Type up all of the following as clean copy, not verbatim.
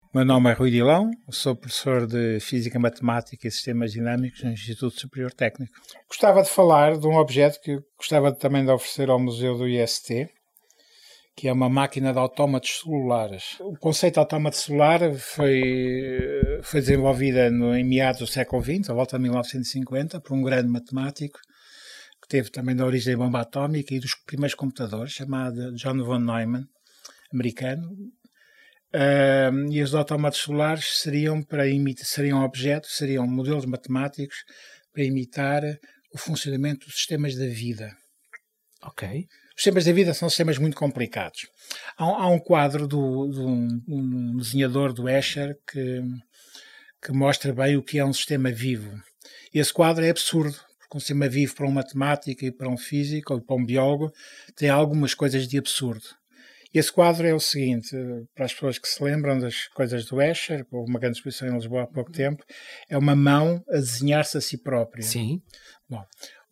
Meu nome é Rui Dilão, sou professor de Física, Matemática e Sistemas Dinâmicos no Instituto Superior Técnico. Gostava de falar de um objeto que gostava também de oferecer ao Museu do IST, que é uma máquina de autómatos celulares. O conceito de autómato celular foi desenvolvido em meados do século XX, à volta de 1950, por um grande matemático, que teve também da origem da bomba atómica e dos primeiros computadores, chamado John von Neumann, americano. E os autómatos celulares seriam modelos matemáticos para imitar o funcionamento dos sistemas da vida. Ok. Os sistemas da vida são sistemas muito complicados. Há um quadro de um desenhador do Escher que mostra bem o que é um sistema vivo. E esse quadro é absurdo, porque um sistema vivo para um matemático e para um físico ou para um biólogo tem algumas coisas de absurdo. E esse quadro é o seguinte, para as pessoas que se lembram das coisas do Escher, houve uma grande exposição em Lisboa há pouco tempo, é uma mão a desenhar-se a si própria. Sim. Bom,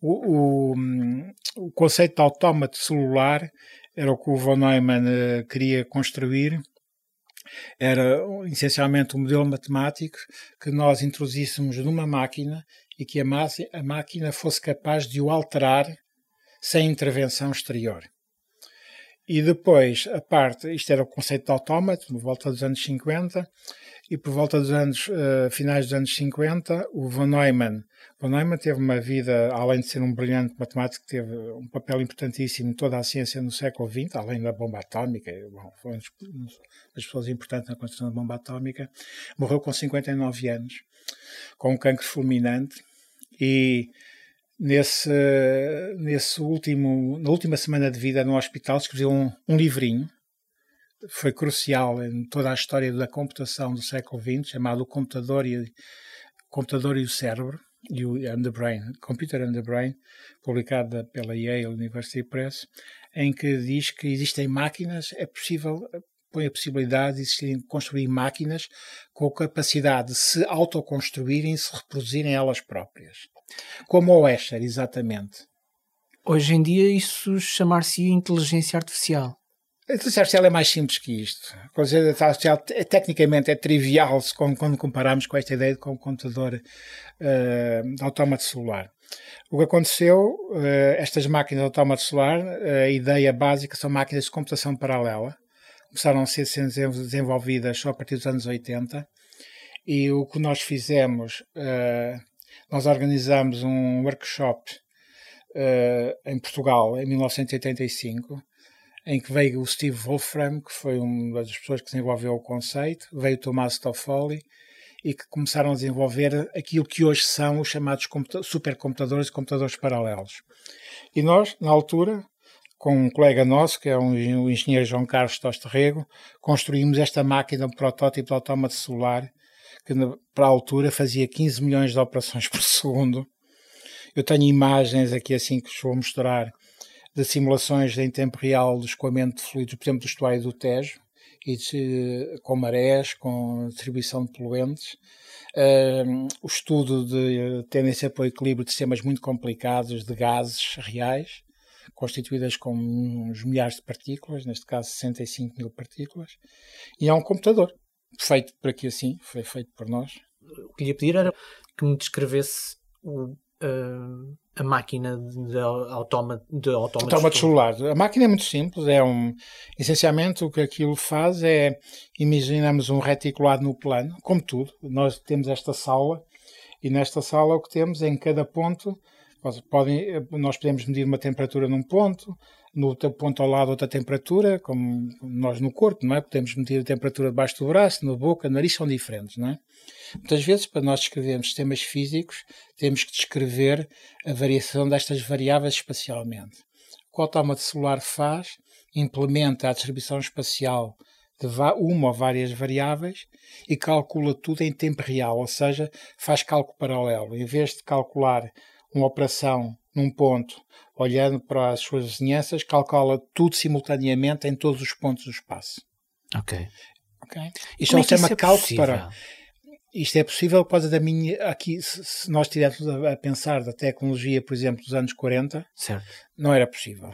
o conceito de autómato celular era o que o von Neumann queria construir. Era essencialmente um modelo matemático que nós introduzíssemos numa máquina e que a máquina fosse capaz de o alterar sem intervenção exterior. E depois, isto era o conceito de autómato, por volta dos anos 50, e por volta dos finais dos anos 50, o von Neumann teve uma vida, além de ser um brilhante matemático, teve um papel importantíssimo em toda a ciência no século XX, além da bomba atómica, foi uma das pessoas importantes na construção da bomba atómica, morreu com 59 anos, com um cancro fulminante, e na última semana de vida no hospital escreveu um livrinho, foi crucial em toda a história da computação do século XX, chamado O Computador e o Cérebro, and the Brain, Computer and the Brain, publicado pela Yale University Press, em que diz que existem máquinas, põe a possibilidade de construir máquinas com a capacidade de se autoconstruírem e se reproduzirem elas próprias. Como o Escher, exatamente. Hoje em dia isso chamar-se inteligência artificial. A inteligência artificial é mais simples que isto. A inteligência artificial tecnicamente é trivial quando comparamos com esta ideia de computador de autómato celular. O que aconteceu, estas máquinas de autómato celular, a ideia básica são máquinas de computação paralela. Começaram a ser desenvolvidas só a partir dos anos 80. E o que nós fizemos, nós organizamos um workshop em Portugal, em 1985, em que veio o Steve Wolfram, que foi uma das pessoas que desenvolveu o conceito, veio o Tomás Toffoli, e que começaram a desenvolver aquilo que hoje são os chamados supercomputadores e computadores paralelos. E nós, na altura, com um colega nosso, que é o engenheiro João Carlos Toste Rego, construímos esta máquina, um protótipo de autómato celular, que para a altura fazia 15 milhões de operações por segundo. Eu tenho imagens aqui assim que vos vou mostrar de simulações em tempo real do escoamento de fluidos, por exemplo, do estuário do Tejo, com marés, com distribuição de poluentes. O estudo de tendência para o equilíbrio de sistemas muito complicados de gases reais, constituídas com uns milhares de partículas, neste caso 65 mil partículas, e é um computador feito por aqui assim, foi feito por nós. O que lhe ia pedir era que me descrevesse a máquina de autómato celular. A máquina é muito simples, essencialmente o que aquilo faz é, imaginamos um reticulado no plano, como tudo, nós temos esta sala, e nesta sala o que temos é em cada ponto, nós podemos medir uma temperatura num ponto, no outro ponto ao lado outra temperatura, como nós no corpo, não é? Podemos medir a temperatura debaixo do braço, na boca, no nariz, são diferentes, não é? Muitas vezes, para nós descrevermos sistemas físicos, temos que descrever a variação destas variáveis espacialmente. O que o autómato celular faz, implementa a distribuição espacial de uma ou várias variáveis e calcula tudo em tempo real, ou seja, faz cálculo paralelo. Em vez de calcular uma operação num ponto, olhando para as suas vizinhanças, calcula tudo simultaneamente em todos os pontos do espaço. Ok. Isto é um sistema cálculo para... Isto é possível por causa da minha... Aqui, se nós estivéssemos a pensar da tecnologia, por exemplo, dos anos 40, certo, não era possível.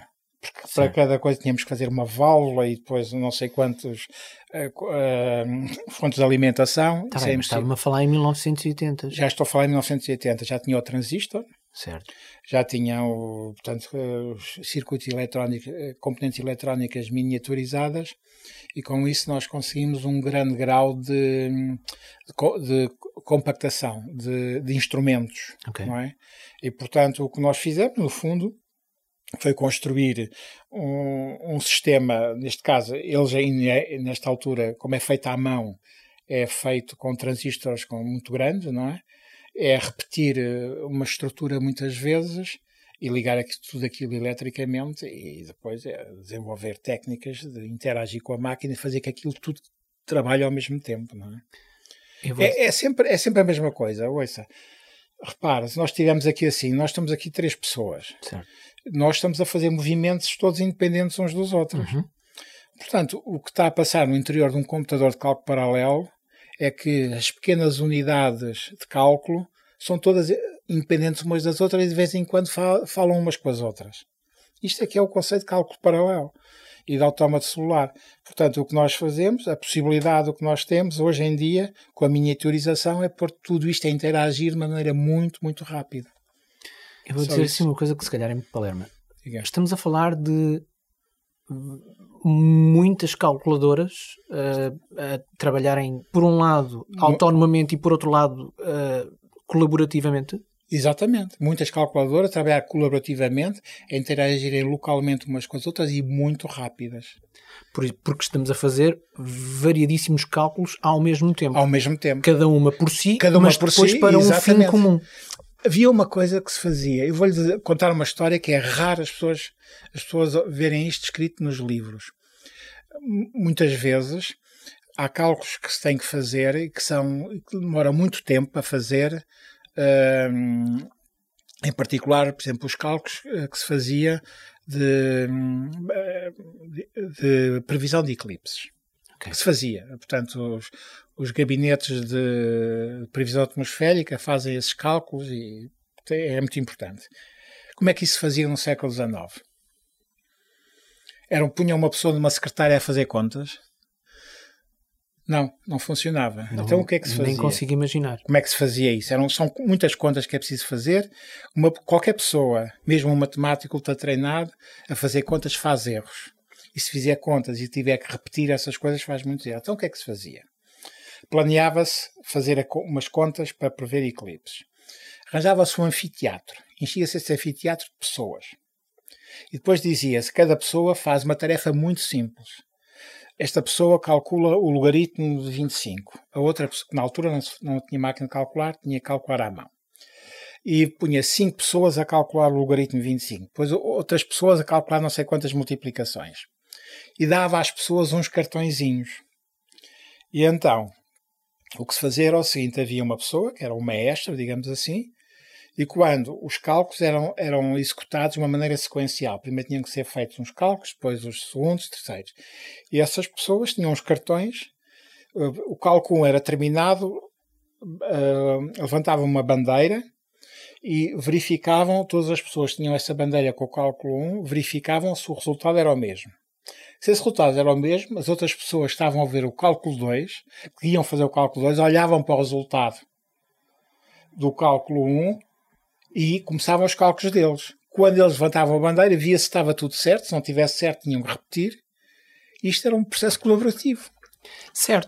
Porque para cada coisa tínhamos que fazer uma válvula e depois não sei quantos fontes de alimentação. Tá bem, mas estava-me a falar em 1980. Já estou a falar em 1980, já tinha o transistor. Certo. Já tinha, portanto, os circuitos eletrónicos, componentes eletrónicas miniaturizadas, e com isso nós conseguimos um grande grau de compactação de instrumentos. Okay. Não é? E, portanto, o que nós fizemos, no fundo, foi construir um sistema, neste caso, eles ainda, nesta altura, como é feito à mão, é feito com transistores muito grandes, não é? É repetir uma estrutura muitas vezes e ligar tudo aquilo eletricamente e depois desenvolver técnicas de interagir com a máquina e fazer que aquilo tudo trabalhe ao mesmo tempo, não é? É sempre a mesma coisa, ouça. Repara, se nós estivermos aqui assim, nós estamos aqui 3 pessoas. Certo. Nós estamos a fazer movimentos todos independentes uns dos outros. Uhum. Portanto, o que está a passar no interior de um computador de cálculo paralelo é que as pequenas unidades de cálculo são todas independentes umas das outras e de vez em quando falam umas com as outras. Isto é que é o conceito de cálculo paralelo e de autómato celular. Portanto, o que nós fazemos, a possibilidade que nós temos hoje em dia, com a miniaturização, é pôr tudo isto a interagir de maneira muito, muito rápida. Eu vou dizer assim uma coisa que se calhar é muito palerma. Estamos a falar de muitas calculadoras a trabalharem, por um lado, autonomamente e, por outro lado, colaborativamente. Exatamente. Muitas calculadoras a trabalhar colaborativamente, a interagirem localmente umas com as outras e muito rápidas. Porque estamos a fazer variadíssimos cálculos ao mesmo tempo. Ao mesmo tempo. Cada uma por si, mas depois para um fim comum. Havia uma coisa que se fazia. Eu vou-lhe contar uma história que é raro as pessoas verem isto escrito nos livros. Muitas vezes há cálculos que se tem que fazer e que demoram muito tempo a fazer. Em particular, por exemplo, os cálculos que se fazia de previsão de eclipses. Okay. Que se fazia. Portanto, os gabinetes de previsão atmosférica fazem esses cálculos e é muito importante. Como é que isso se fazia no século XIX? Punham uma pessoa numa secretária a fazer contas? Não funcionava. Não, então o que é que se fazia? Nem consigo imaginar. Como é que se fazia isso? São muitas contas que é preciso fazer. Qualquer pessoa, mesmo um matemático está treinado a fazer contas, faz erros. E se fizer contas e tiver que repetir essas coisas, faz muitos erros. Então o que é que se fazia? Planeava-se fazer umas contas para prever eclipses. Arranjava-se um anfiteatro. Enchia-se esse anfiteatro de pessoas. E depois dizia-se que cada pessoa faz uma tarefa muito simples. Esta pessoa calcula o logaritmo de 25. A outra, que na altura não tinha máquina de calcular, tinha que calcular à mão. E punha 5 pessoas a calcular o logaritmo de 25. Depois outras pessoas a calcular não sei quantas multiplicações. E dava às pessoas uns cartõezinhos. E então, o que se fazia era o seguinte: havia uma pessoa, que era um maestro, digamos assim, e quando os cálculos eram executados de uma maneira sequencial, primeiro tinham que ser feitos uns cálculos, depois os segundos, terceiros. E essas pessoas tinham os cartões, o cálculo era terminado, levantavam uma bandeira e verificavam, todas as pessoas que tinham essa bandeira com o cálculo 1, verificavam se o resultado era o mesmo. Se esse resultado era o mesmo, as outras pessoas que estavam a ver o cálculo 2, que iam fazer o cálculo 2, olhavam para o resultado do cálculo 1 e começavam os cálculos deles. Quando eles levantavam a bandeira, via se estava tudo certo. Se não estivesse certo, tinham que repetir. Isto era um processo colaborativo. Certo.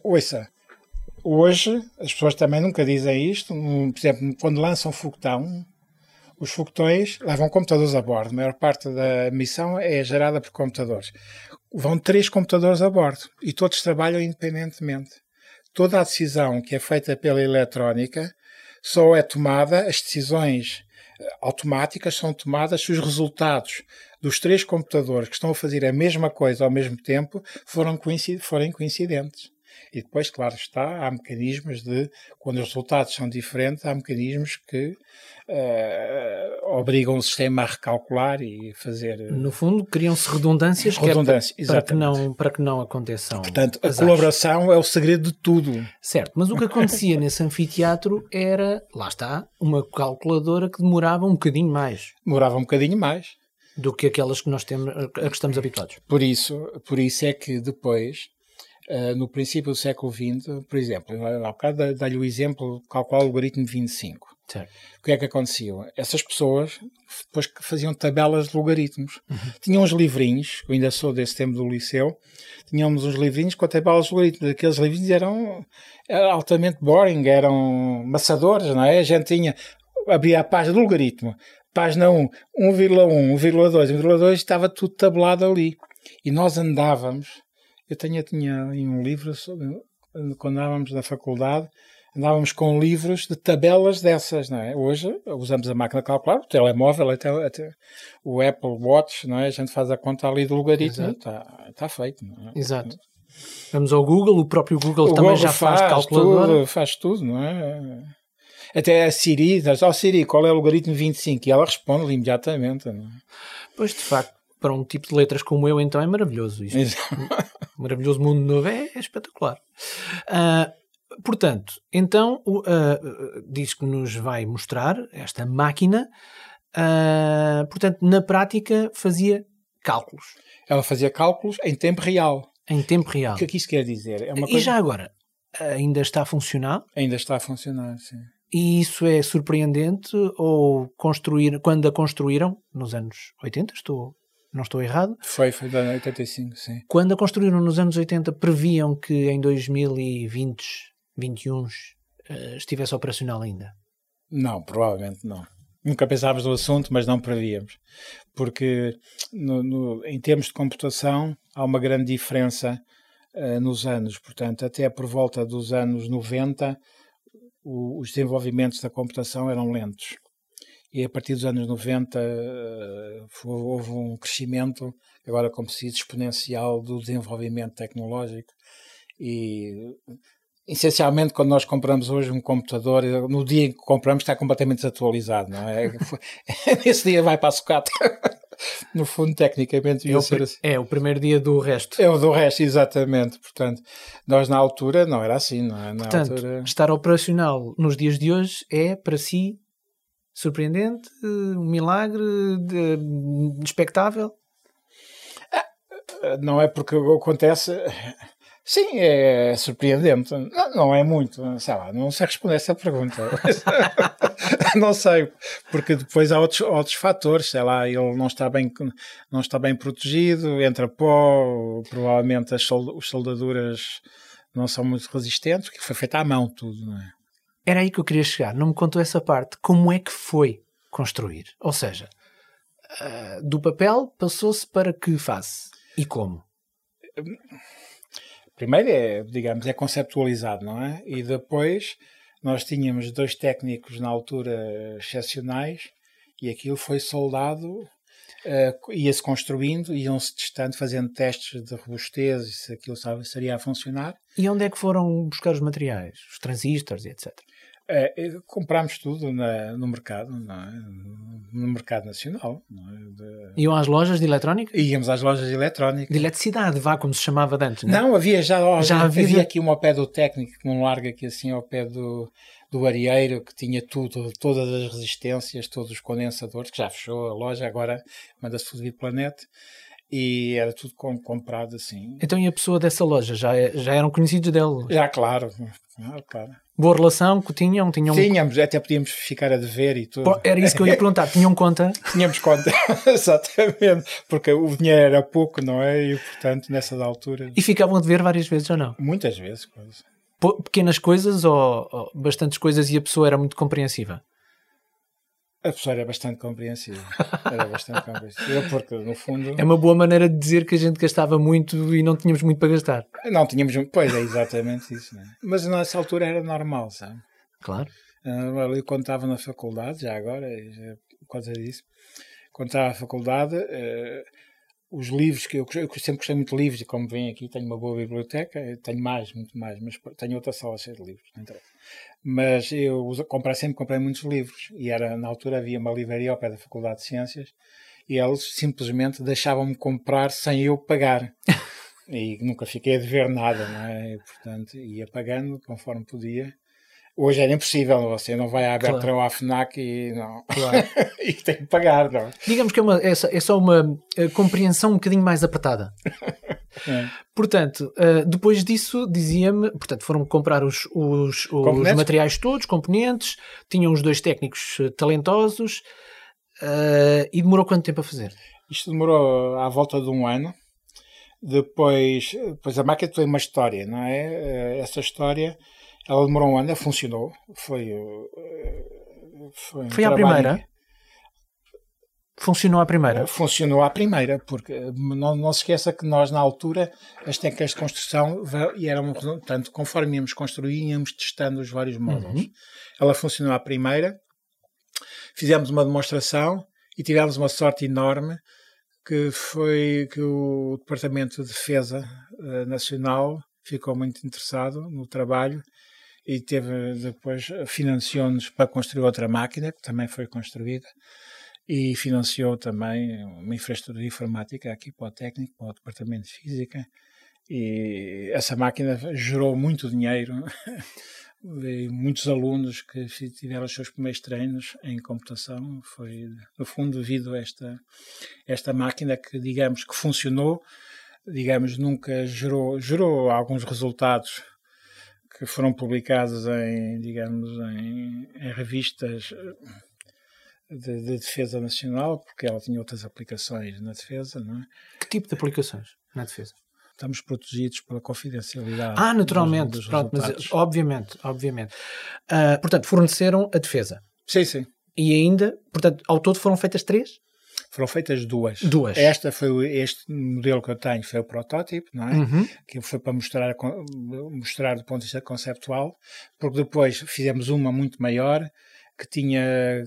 Hoje, as pessoas também nunca dizem isto. Por exemplo, quando lançam foguetão, os foguetões levam computadores a bordo. A maior parte da missão é gerada por computadores. Vão 3 computadores a bordo e todos trabalham independentemente. Toda a decisão que é feita pela eletrónica só é tomada, as decisões automáticas são tomadas se os resultados dos 3 computadores que estão a fazer a mesma coisa ao mesmo tempo forem coincidentes. E depois, claro está, há mecanismos quando os resultados são diferentes, há mecanismos que obrigam o sistema a recalcular e fazer... No fundo, criam-se redundâncias para que não aconteçam. Portanto, a colaboração é o segredo de tudo. Certo, mas o que acontecia nesse anfiteatro era, lá está, uma calculadora que demorava um bocadinho mais. Demorava um bocadinho mais. do que aquelas que nós temos, a que estamos habituados. Por isso é que depois, no princípio do século XX, por exemplo, há bocado dá-lhe o exemplo, calcular o algoritmo 25. Certo. O que é que acontecia? Essas pessoas depois que faziam tabelas de logaritmos. Tinham uns livrinhos, eu ainda sou desse tempo do liceu, tínhamos uns livrinhos com tabelas de logaritmos. Aqueles livrinhos eram altamente boring, eram maçadores, não é? A gente abria a página do logaritmo, página 1, 1,1, 1,2, 1,2, estava tudo tabelado ali. E nós andávamos, eu tinha aí um livro, quando andávamos na faculdade, andávamos com livros de tabelas dessas, não é? Hoje usamos a máquina de calcular, o telemóvel, até o Apple Watch, não é? A gente faz a conta ali do logaritmo, está feito, não é? Exato. Vamos ao Google, o próprio Google também já faz calculadora. Faz tudo, não é? Até a Siri, Siri, qual é o logaritmo 25? E ela responde imediatamente, não é? Pois, de facto, para um tipo de letras como eu, então é maravilhoso isto. Maravilhoso mundo novo, é espetacular. Portanto, então, diz que nos vai mostrar esta máquina, portanto, na prática fazia cálculos. Ela fazia cálculos em tempo real. Em tempo real. O que é que isso quer dizer? É uma E já agora, ainda está a funcionar? Ainda está a funcionar, sim. E isso é surpreendente? Ou quando a construíram, nos anos 80, não estou errado? Foi de 85, sim. Quando a construíram nos anos 80, previam que em 2020, 2021 estivesse operacional ainda? Não, provavelmente não. Nunca pensávamos no assunto, mas não prevíamos. Porque em termos de computação há uma grande diferença nos anos. Portanto, até por volta dos anos 90, os desenvolvimentos da computação eram lentos. E a partir dos anos 90 houve um crescimento, agora como se diz, exponencial do desenvolvimento tecnológico. E essencialmente, quando nós compramos hoje um computador, no dia em que compramos está completamente desatualizado, não é? Nesse dia vai para a sucata. No fundo, tecnicamente, devia ser assim. É o primeiro dia do resto. É o do resto, exatamente. Portanto, nós na altura não era assim, não é? Portanto, estar operacional nos dias de hoje é, para si, surpreendente, um milagre, expectável? Não é porque acontece... Sim, é surpreendente. Não é muito, sei lá, não sei responder essa pergunta. Não sei, porque depois há outros fatores, sei lá, ele não está bem protegido, entra pó, provavelmente as soldaduras não são muito resistentes, porque foi feito à mão tudo, não é? Era aí que eu queria chegar, não me contou essa parte. Como é que foi construir? Ou seja, do papel passou-se para que fase? E como? Primeiro é conceptualizado, não é? E depois nós tínhamos 2 técnicos na altura excepcionais e aquilo foi soldado, ia-se construindo, iam-se testando, fazendo testes de robustez e se aquilo estaria a funcionar. E onde é que foram buscar os materiais? Os transistores e etc.? Comprámos tudo no mercado, não é? No mercado nacional. Não é? Iam às lojas de eletrónica? Íamos às lojas de eletrónica. De eletricidade, vá, como se chamava de antes, não é? Não, havia havia aqui uma ao pé do técnico, um largo aqui assim ao pé do areeiro, que tinha tudo, todas as resistências, todos os condensadores, que já fechou a loja, agora manda-se tudo vir pela net. E era tudo comprado assim. Então e a pessoa dessa loja? Já eram conhecidos dele? Já, claro. Boa relação que tinham? Tínhamos, até podíamos ficar a dever e tudo. Era isso que eu ia perguntar. Tinham conta? Tínhamos conta, exatamente. Porque o dinheiro era pouco, não é? E, portanto, nessas alturas... E ficavam a dever várias vezes ou não? Muitas vezes, quase. Pequenas coisas ou bastantes coisas e a pessoa era muito compreensiva? A pessoa era bastante compreensiva. Porque, no fundo... É uma boa maneira de dizer que a gente gastava muito e não tínhamos muito para gastar. Não tínhamos muito. Pois é, exatamente isso. Não é? Mas nessa altura era normal, sabe? Claro. Eu quando estava na faculdade, já agora, por causa disso, quando estava na faculdade, os livros que eu sempre gostei muito de livros, e como vem aqui, tenho uma boa biblioteca, tenho muito mais, mas tenho outra sala cheia de livros, não interessa. Mas eu sempre comprei muitos livros, e na altura havia uma livraria ao pé da Faculdade de Ciências, e eles simplesmente deixavam-me comprar sem eu pagar. E nunca fiquei a dever nada, não é? E, portanto, ia pagando conforme podia. Hoje era impossível, você não vai à Bertrand ou à FNAC e, não. Claro. E tem que pagar, não? Digamos que é só uma compreensão um bocadinho mais apertada. Portanto, depois disso, dizia-me, portanto, foram comprar os materiais todos, componentes, tinham os 2 técnicos talentosos, e demorou quanto tempo a fazer? Isto demorou à volta de 1 ano. Depois a máquina tem uma história, não é? Essa história, ela demorou 1 ano, funcionou. Foi à primeira? Funcionou à primeira? Funcionou à primeira, porque não se esqueça que nós, na altura, as técnicas de construção eram, portanto, conforme íamos construir, íamos testando os vários módulos. Ela funcionou à primeira, fizemos uma demonstração e tivemos uma sorte enorme, que foi que o Departamento de Defesa Nacional ficou muito interessado no trabalho e depois financiou-nos para construir outra máquina, que também foi construída, e financiou também uma infraestrutura informática aqui para o técnico, para o Departamento de Física, e essa máquina gerou muito dinheiro e muitos alunos que tiveram os seus primeiros treinos em computação. Foi, no fundo, devido a esta máquina que, digamos, que funcionou, digamos, nunca gerou alguns resultados que foram publicados em revistas de defesa nacional, porque ela tinha outras aplicações na defesa, não é? Que tipo de aplicações na defesa? Estamos protegidos pela confidencialidade. Naturalmente, dos pronto, mas resultados. obviamente. Portanto, forneceram a defesa. Sim. E ainda, portanto, ao todo foram feitas 3? Foram feitas 2. 2. Este modelo que eu tenho foi o protótipo, não é? Que foi para mostrar do ponto de vista conceptual, porque depois fizemos uma muito maior, que tinha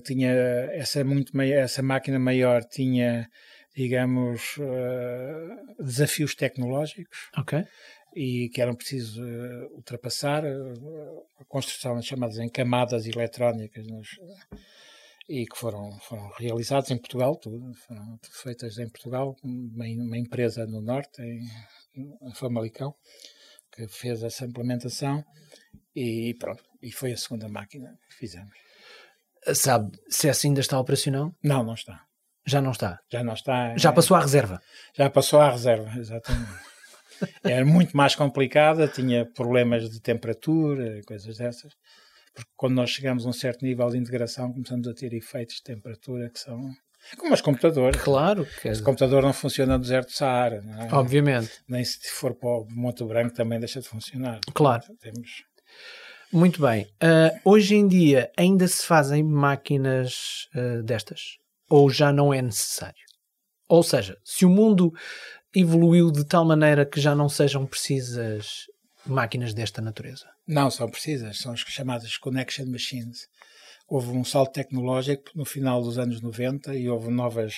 essa máquina maior tinha, digamos, desafios tecnológicos, e que eram precisos ultrapassar, a construção chamadas em camadas eletrónicas, e que foram realizados em Portugal, foram feitas em Portugal, uma empresa no Norte, em Famalicão, que fez essa implementação, e pronto, e foi a segunda máquina que fizemos. Sabe se essa ainda está operacional? Não está. Já não está? Já não está. Já passou à reserva? Já passou à reserva, exatamente. Era muito mais complicada, tinha problemas de temperatura, coisas dessas, porque quando nós chegamos a um certo nível de integração começamos a ter efeitos de temperatura que são como os computadores. Claro. O computador não funciona no deserto do Saara, não é? Obviamente. Nem se for para o Monte Branco também deixa de funcionar. Claro. Temos... Muito bem. Hoje em dia ainda se fazem máquinas destas? Ou já não é necessário? Ou seja, se o mundo evoluiu de tal maneira que já não sejam precisas máquinas desta natureza? Não, são precisas. São as chamadas connection machines. Houve um salto tecnológico no final dos anos 90 e houve novos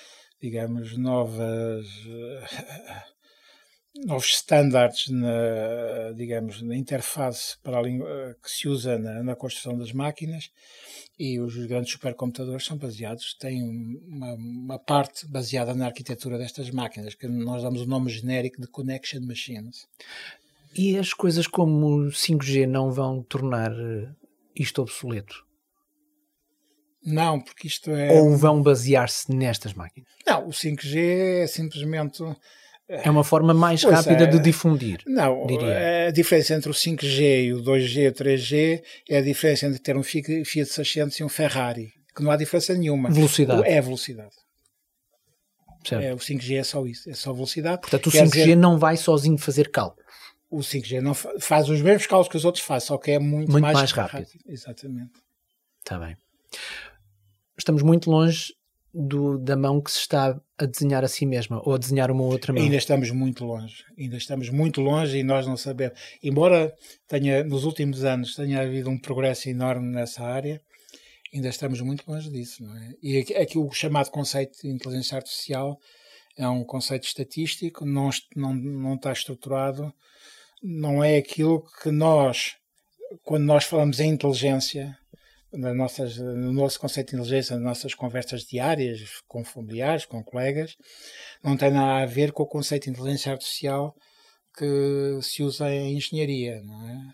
estándares na interface para que se usa na construção das máquinas, e os grandes supercomputadores têm uma parte baseada na arquitetura destas máquinas, que nós damos o nome genérico de connection machines. E as coisas como 5G não vão tornar isto obsoleto? Não, porque isto é... Ou vão basear-se nestas máquinas? Não, o 5G é simplesmente... É uma forma mais rápida de difundir. Não, diria. A diferença entre o 5G e o 2G e o 3G é a diferença entre ter um Fiat 600 e um Ferrari, que não há diferença nenhuma. Velocidade. É a velocidade. Certo. O 5G é só isso, é só velocidade. Portanto, o 5G não vai sozinho fazer cálculo. O 5G não faz os mesmos cálculos que os outros fazem, só que é muito mais rápido. Exatamente. Está bem. Estamos muito longe da mão que se está a desenhar a si mesma, ou a desenhar uma outra mão. Ainda estamos muito longe e nós não sabemos. Embora nos últimos anos tenha havido um progresso enorme nessa área, ainda estamos muito longe disso, não é? E aqui o chamado conceito de inteligência artificial é um conceito estatístico, não está estruturado, não é aquilo que quando nós falamos em inteligência, no nosso conceito de inteligência, nas nossas conversas diárias, com familiares, com colegas, não tem nada a ver com o conceito de inteligência artificial que se usa em engenharia, não é?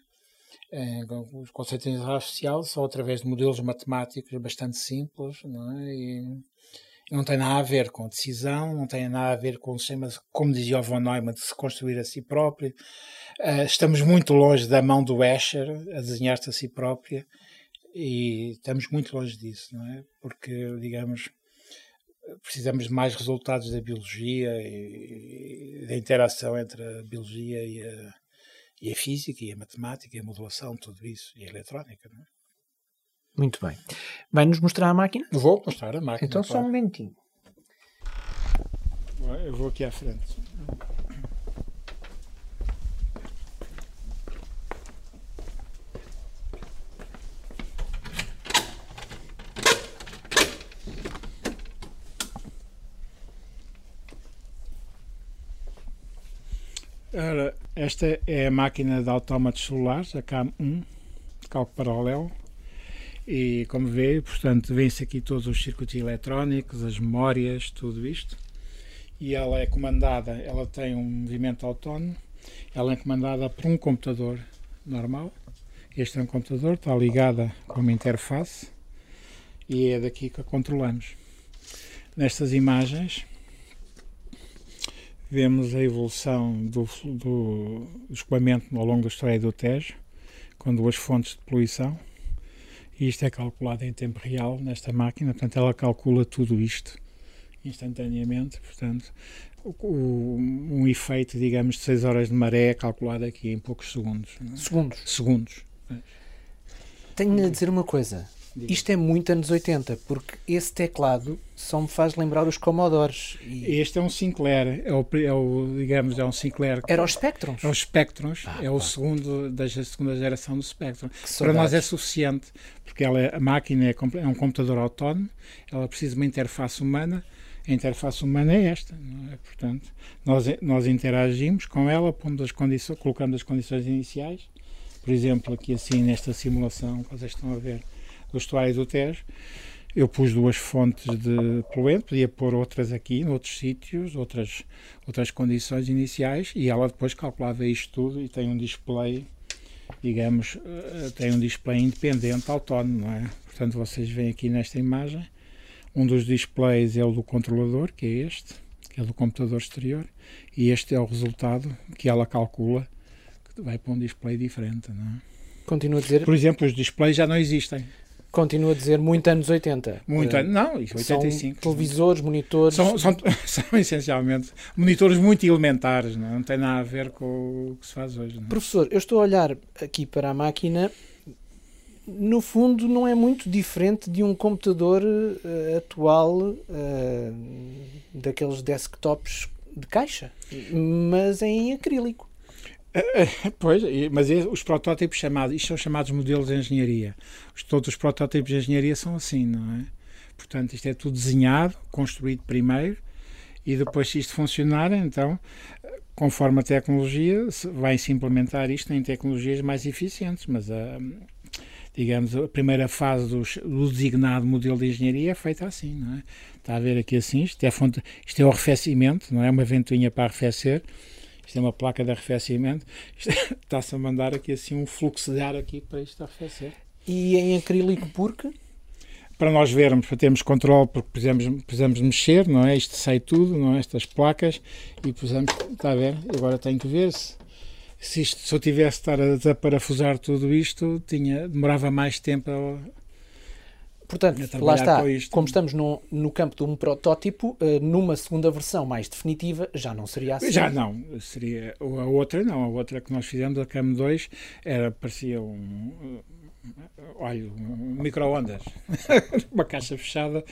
Os conceitos de inteligência artificial são através de modelos matemáticos bastante simples, não é? E não tem nada a ver com decisão, não tem nada a ver com sistemas, como dizia o von Neumann, de se construir a si próprio. Estamos muito longe da mão do Escher a desenhar-se a si própria e estamos muito longe disso, não é? Porque, digamos, precisamos de mais resultados da biologia e da interação entre a biologia e a física, e a matemática, e a modulação, tudo isso, e a eletrónica, não é? Muito bem. Vai-nos mostrar a máquina? Vou mostrar a máquina. Então, claro. Só um momentinho. Eu vou aqui à frente. Ora, esta é a máquina de autómatos celulares, a CAM1, de cálculo paralelo, e como vê, portanto, vêm-se aqui todos os circuitos eletrónicos, as memórias, tudo isto, e ela é comandada, ela tem um movimento autónomo, ela é comandada por um computador normal. Este é um computador, está ligada com uma interface, e é daqui que a controlamos. Nestas imagens vemos a evolução do escoamento ao longo da história do Tejo, com duas fontes de poluição, e isto é calculado em tempo real nesta máquina, portanto ela calcula tudo isto instantaneamente, portanto um efeito, digamos, de 6 horas de maré é calculado aqui em poucos segundos. Não é? Segundos. Tenho-lhe a dizer uma coisa. Isto é muito anos 80, porque esse teclado só me faz lembrar os Commodores. Este é um Sinclair, digamos, é um Sinclair. Era os Spectrums? É os Spectrums, o segundo da segunda geração do Spectrum. Para nós é suficiente, porque a máquina é um computador autónomo, ela precisa de uma interface humana, a interface humana é esta, não é? Portanto, nós interagimos com ela, colocando as condições iniciais, por exemplo, aqui assim nesta simulação que vocês estão a ver, do estuário do Tejo, eu pus duas fontes de poluente, podia pôr outras aqui, noutros sítios, outras condições iniciais, e ela depois calculava isto tudo e tem um display, digamos, tem um display independente, autónomo, não é? Portanto, vocês veem aqui nesta imagem, um dos displays é o do controlador, que é este, que é do computador exterior, e este é o resultado que ela calcula, que vai para um display diferente, não é? Continua a dizer... Por exemplo, os displays já não existem. Continua a dizer muito anos 80. Não, isso 85. São televisores, monitores... São essencialmente monitores muito elementares, não tem nada a ver com o que se faz hoje. Não? Professor, eu estou a olhar aqui para a máquina, no fundo não é muito diferente de um computador atual, daqueles desktops de caixa, mas em acrílico. Pois, mas os protótipos isto são chamados modelos de engenharia. Todos os protótipos de engenharia são assim, não é? Portanto, isto é tudo desenhado, construído primeiro, e depois, se isto funcionar, então, conforme a tecnologia, vai-se implementar isto em tecnologias mais eficientes, mas digamos, a primeira fase do designado modelo de engenharia é feita assim, não é? Está a ver aqui assim, isto é o arrefecimento, não é uma ventoinha para arrefecer. Isto é uma placa de arrefecimento. Está-se a mandar aqui assim um fluxo de ar aqui para isto arrefecer. E em acrílico porque? Para nós vermos, para termos controle, porque precisamos mexer, não é? Isto sai tudo, não é? Estas placas, e precisamos, está a ver? Agora tenho que ver se eu tivesse de estar a desaparafusar tudo isto, demorava mais tempo Portanto, lá está, como estamos no campo de um protótipo, numa segunda versão mais definitiva, já não seria assim. Já não, seria a outra que nós fizemos, a CAM2, parecia um micro-ondas, uma caixa fechada,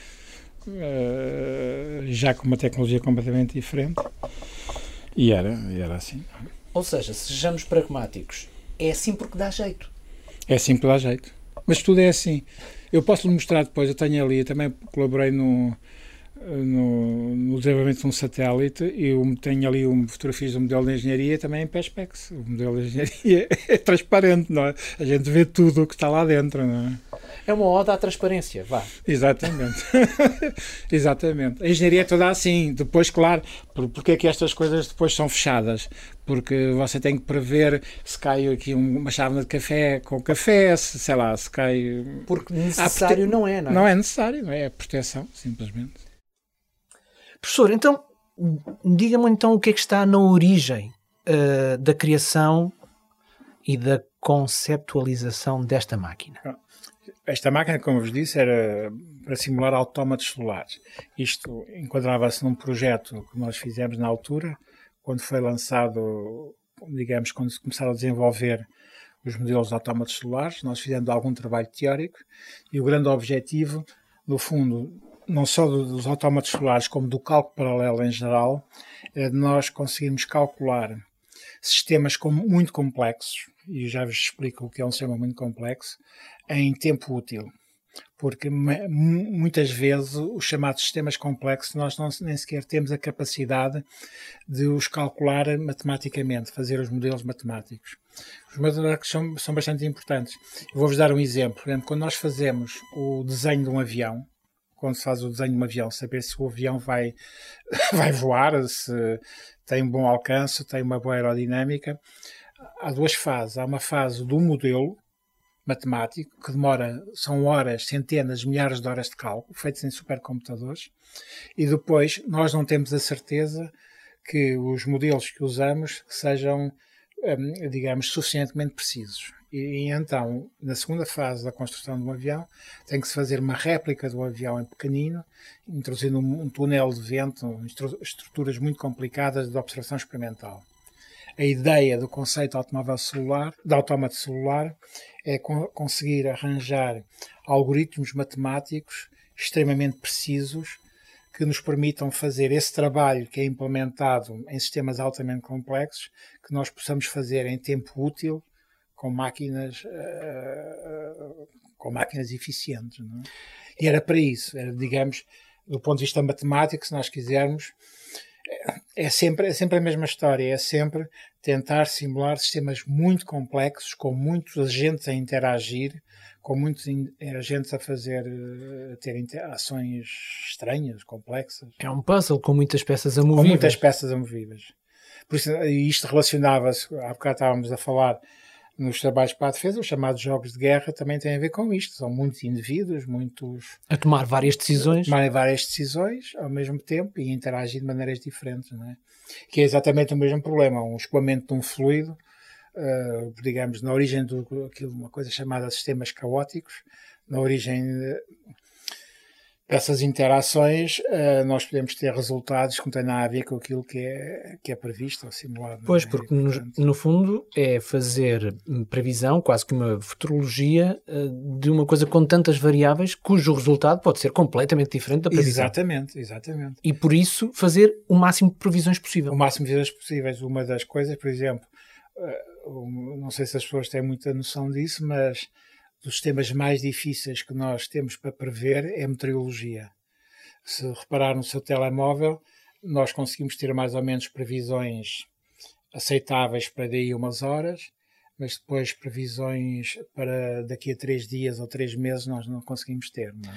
já com uma tecnologia completamente diferente, e era assim. Ou seja, sejamos pragmáticos, é assim porque dá jeito. É assim porque dá jeito, mas tudo é assim. Eu posso lhe mostrar depois, eu também colaborei no desenvolvimento de um satélite, e eu tenho ali fotografias do modelo de engenharia também em Perspex. O modelo de engenharia é transparente, não é? A gente vê tudo o que está lá dentro, não é? É uma ode à transparência, vá. Exatamente. Exatamente. A engenharia é toda assim. Depois, claro, porque é que estas coisas depois são fechadas? Porque você tem que prever se cai aqui uma chávena de café com café, sei lá, se cai... Porque necessário não é, não é? Não é necessário, não é? É proteção, simplesmente. Professor, então, diga-me então o que é que está na origem da criação e da conceptualização desta máquina. Esta máquina, como vos disse, era para simular autómatos solares. Isto enquadrava-se num projeto que nós fizemos na altura, quando foi lançado, digamos, quando se começaram a desenvolver os modelos de autómatos solares. Nós fizemos algum trabalho teórico e o grande objetivo, no fundo, não só dos autómatos solares, como do cálculo paralelo em geral, é de nós conseguirmos calcular sistemas muito complexos, e já vos explico o que é um sistema muito complexo, em tempo útil. Porque muitas vezes os chamados sistemas complexos nós nem sequer temos a capacidade de os calcular matematicamente, fazer os modelos matemáticos. Os modelos são bastante importantes. Eu vou-vos dar um exemplo. Por exemplo, quando nós fazemos o desenho de um avião, quando se faz o desenho de um avião, saber se o avião vai voar, se tem um bom alcance, tem uma boa aerodinâmica. Há duas fases. Há uma fase do modelo matemático, que são horas, centenas, milhares de horas de cálculo, feitos em supercomputadores, e depois nós não temos a certeza que os modelos que usamos sejam, digamos, suficientemente precisos. E então, na segunda fase da construção de um avião, tem que se fazer uma réplica do avião em pequenino, introduzindo um túnel de vento, estruturas muito complicadas de observação experimental. A ideia do conceito de autómato celular é conseguir arranjar algoritmos matemáticos extremamente precisos que nos permitam fazer esse trabalho que é implementado em sistemas altamente complexos, que nós possamos fazer em tempo útil, com máquinas eficientes. Não é? E era para isso, digamos, do ponto de vista matemático, se nós quisermos, é sempre a mesma história, é sempre tentar simular sistemas muito complexos, com muitos agentes a interagir, com muitos agentes a ter ações estranhas, complexas. É um puzzle com muitas peças amovíveis. Com muitas peças amovíveis. Por isso, isto relacionava-se, há bocado estávamos a falar nos trabalhos para a defesa, os chamados jogos de guerra também têm a ver com isto. São muitos indivíduos, a tomar várias decisões. Tomarem várias decisões ao mesmo tempo e interagir de maneiras diferentes, não é? Que é exatamente o mesmo problema. Um escoamento de um fluido, digamos, na origem uma coisa chamada sistemas caóticos, na origem dessas interações, nós podemos ter resultados que não têm nada a ver com aquilo que é previsto ou simulado. Pois, porque no fundo é fazer previsão, quase que uma futurologia, de uma coisa com tantas variáveis, cujo resultado pode ser completamente diferente da previsão. Exatamente. E por isso fazer o máximo de previsões possível. O máximo de previsões possíveis. Uma das coisas, por exemplo, não sei se as pessoas têm muita noção disso, mas dos temas mais difíceis que nós temos para prever é a meteorologia. Se reparar no seu telemóvel, nós conseguimos ter mais ou menos previsões aceitáveis para daí umas horas, mas depois previsões para daqui a 3 dias ou 3 meses nós não conseguimos ter, não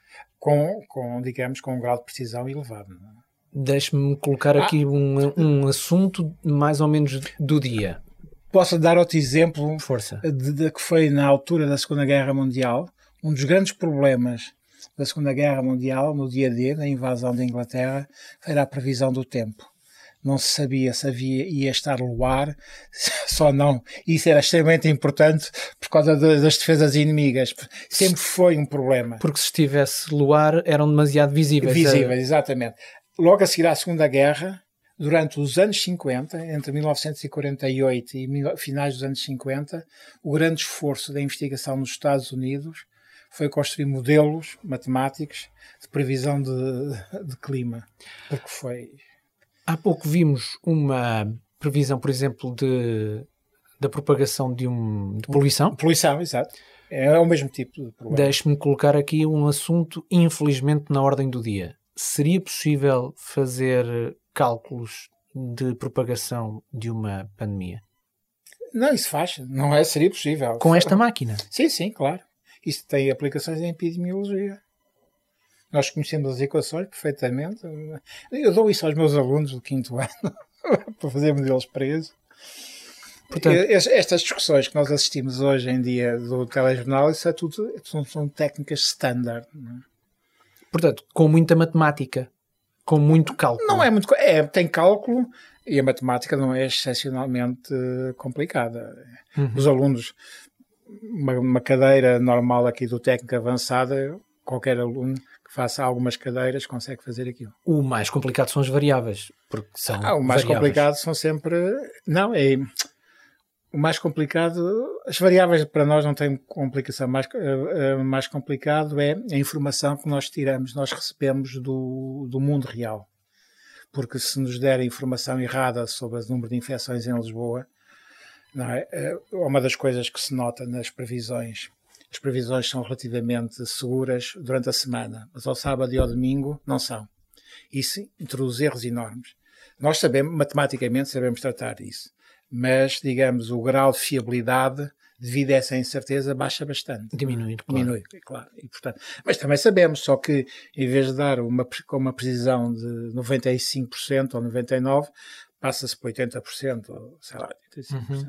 é? Digamos, com um grau de precisão elevado. Não é? Deixe-me colocar aqui um assunto mais ou menos do dia. Posso dar outro exemplo. Força. De que foi na altura da Segunda Guerra Mundial. Um dos grandes problemas da Segunda Guerra Mundial, no dia D, na invasão da Inglaterra, era a previsão do tempo. Não se sabia se ia estar luar, só não. Isso era extremamente importante por causa das defesas inimigas. Sempre foi um problema. Porque se estivesse luar, eram demasiado visíveis. Visíveis, exatamente. Logo a seguir à Segunda Guerra, durante os anos 50, entre 1948 e finais dos anos 50, o grande esforço da investigação nos Estados Unidos foi construir modelos matemáticos de previsão de clima. Porque foi... Há pouco vimos uma previsão, por exemplo, da propagação de poluição. Poluição, exato. É o mesmo tipo de problema. Deixe-me colocar aqui um assunto, infelizmente, na ordem do dia. Seria possível fazer cálculos de propagação de uma pandemia? Não, isso faz. Não seria possível. Com esta máquina? Sim, claro. Isso tem aplicações em epidemiologia. Nós conhecemos as equações perfeitamente. Eu dou isso aos meus alunos do 5º ano para fazer modelos presos. Portanto, estas discussões que nós assistimos hoje em dia do telejornal, isso é tudo, são técnicas standard. Não é? Portanto, com muita matemática, com muito cálculo. Não é muito... tem cálculo e a matemática não é excepcionalmente complicada. Os alunos, uma cadeira normal aqui do técnico avançada, qualquer aluno que faça algumas cadeiras consegue fazer aquilo. O mais complicado são as variáveis, porque são o mais complicado são sempre... Não, o mais complicado... As variáveis para nós não têm complicação. Mais complicado é a informação que nós tiramos, nós recebemos do mundo real. Porque se nos der a informação errada sobre o número de infecções em Lisboa, não é uma das coisas que se nota nas previsões. As previsões são relativamente seguras durante a semana, mas ao sábado e ao domingo não são. Isso introduz erros enormes. Nós matematicamente sabemos tratar disso, mas, digamos, o grau de fiabilidade devido a essa incerteza baixa bastante. Diminui, claro. E, portanto, mas também sabemos, só que em vez de dar com uma precisão de 95% ou 99%, passa-se para 80%, ou sei lá, 85%.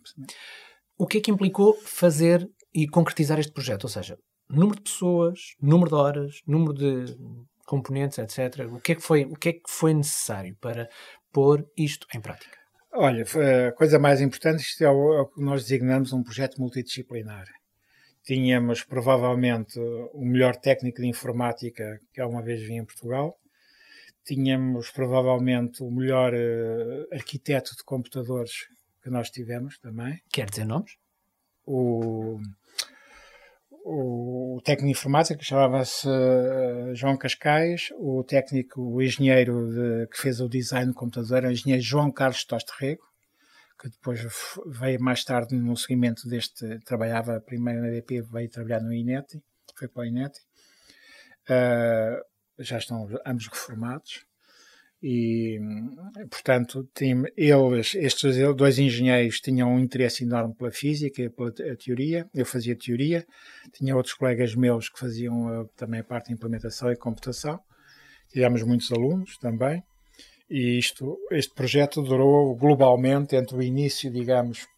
O que é que implicou fazer e concretizar este projeto? Ou seja, número de pessoas, número de horas, número de componentes, etc. O que é que foi necessário para pôr isto em prática? Olha, a coisa mais importante, isto é o que nós designamos um projeto multidisciplinar. Tínhamos provavelmente o melhor técnico de informática que alguma vez vi em Portugal. Tínhamos provavelmente o melhor arquiteto de computadores que nós tivemos também. Quer dizer nomes? O técnico de informática, que chamava-se João Cascais, o engenheiro que fez o design do computador, era o engenheiro João Carlos Toste Rego, que depois veio mais tarde no seguimento trabalhava primeiro na EDP, veio trabalhar no INETI, foi para o INETI. Já estão ambos reformados. E, portanto, estes dois engenheiros tinham um interesse enorme pela física e pela teoria. Eu fazia teoria, tinha outros colegas meus que faziam também a parte de implementação e computação. Tivemos muitos alunos também. E este projeto durou globalmente entre o início, digamos,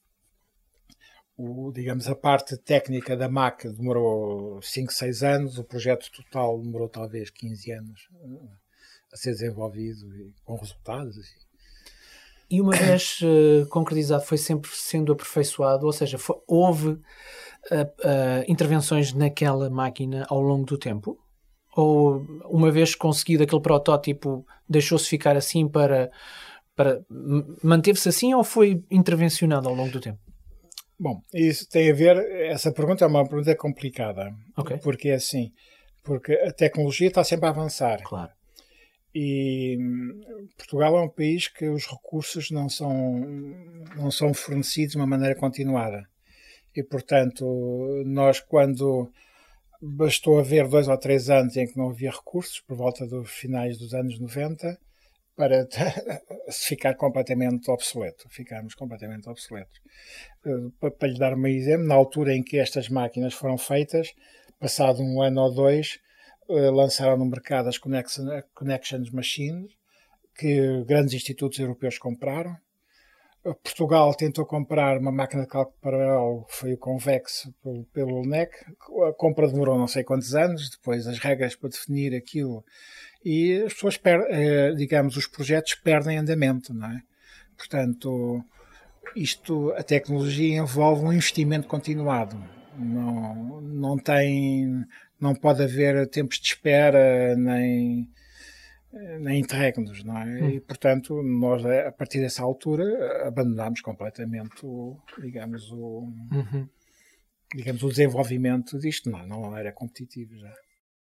a parte técnica da MAC demorou 5, 6 anos, o projeto total demorou talvez 15 anos a ser desenvolvido e com resultados. E uma vez concretizado, foi sempre sendo aperfeiçoado, ou seja, houve intervenções naquela máquina ao longo do tempo? Ou uma vez conseguido aquele protótipo, deixou-se ficar assim para manteve-se assim ou foi intervencionado ao longo do tempo? Bom, isso tem a ver, essa pergunta é uma pergunta complicada, porque é assim, porque a tecnologia está sempre a avançar. Claro. E Portugal é um país que os recursos não são fornecidos de uma maneira continuada. E, portanto, nós quando bastou haver 2 ou 3 anos em que não havia recursos, por volta dos finais dos anos 90, para se ficar completamente obsoleto. Ficámos completamente obsoletos. Para lhe dar um exemplo, na altura em que estas máquinas foram feitas, passado 1 ano ou 2, lançaram no mercado as Connections Machines, que grandes institutos europeus compraram. Portugal tentou comprar uma máquina de cálculo paralelo, foi o Convex, pelo NEC. A compra demorou não sei quantos anos, depois as regras para definir aquilo. E as pessoas os projetos perdem andamento, não é? Portanto, a tecnologia envolve um investimento continuado. Não pode haver tempos de espera nem interregnos, não é? E, portanto, nós, a partir dessa altura, abandonámos completamente o desenvolvimento disto. Não era competitivo já.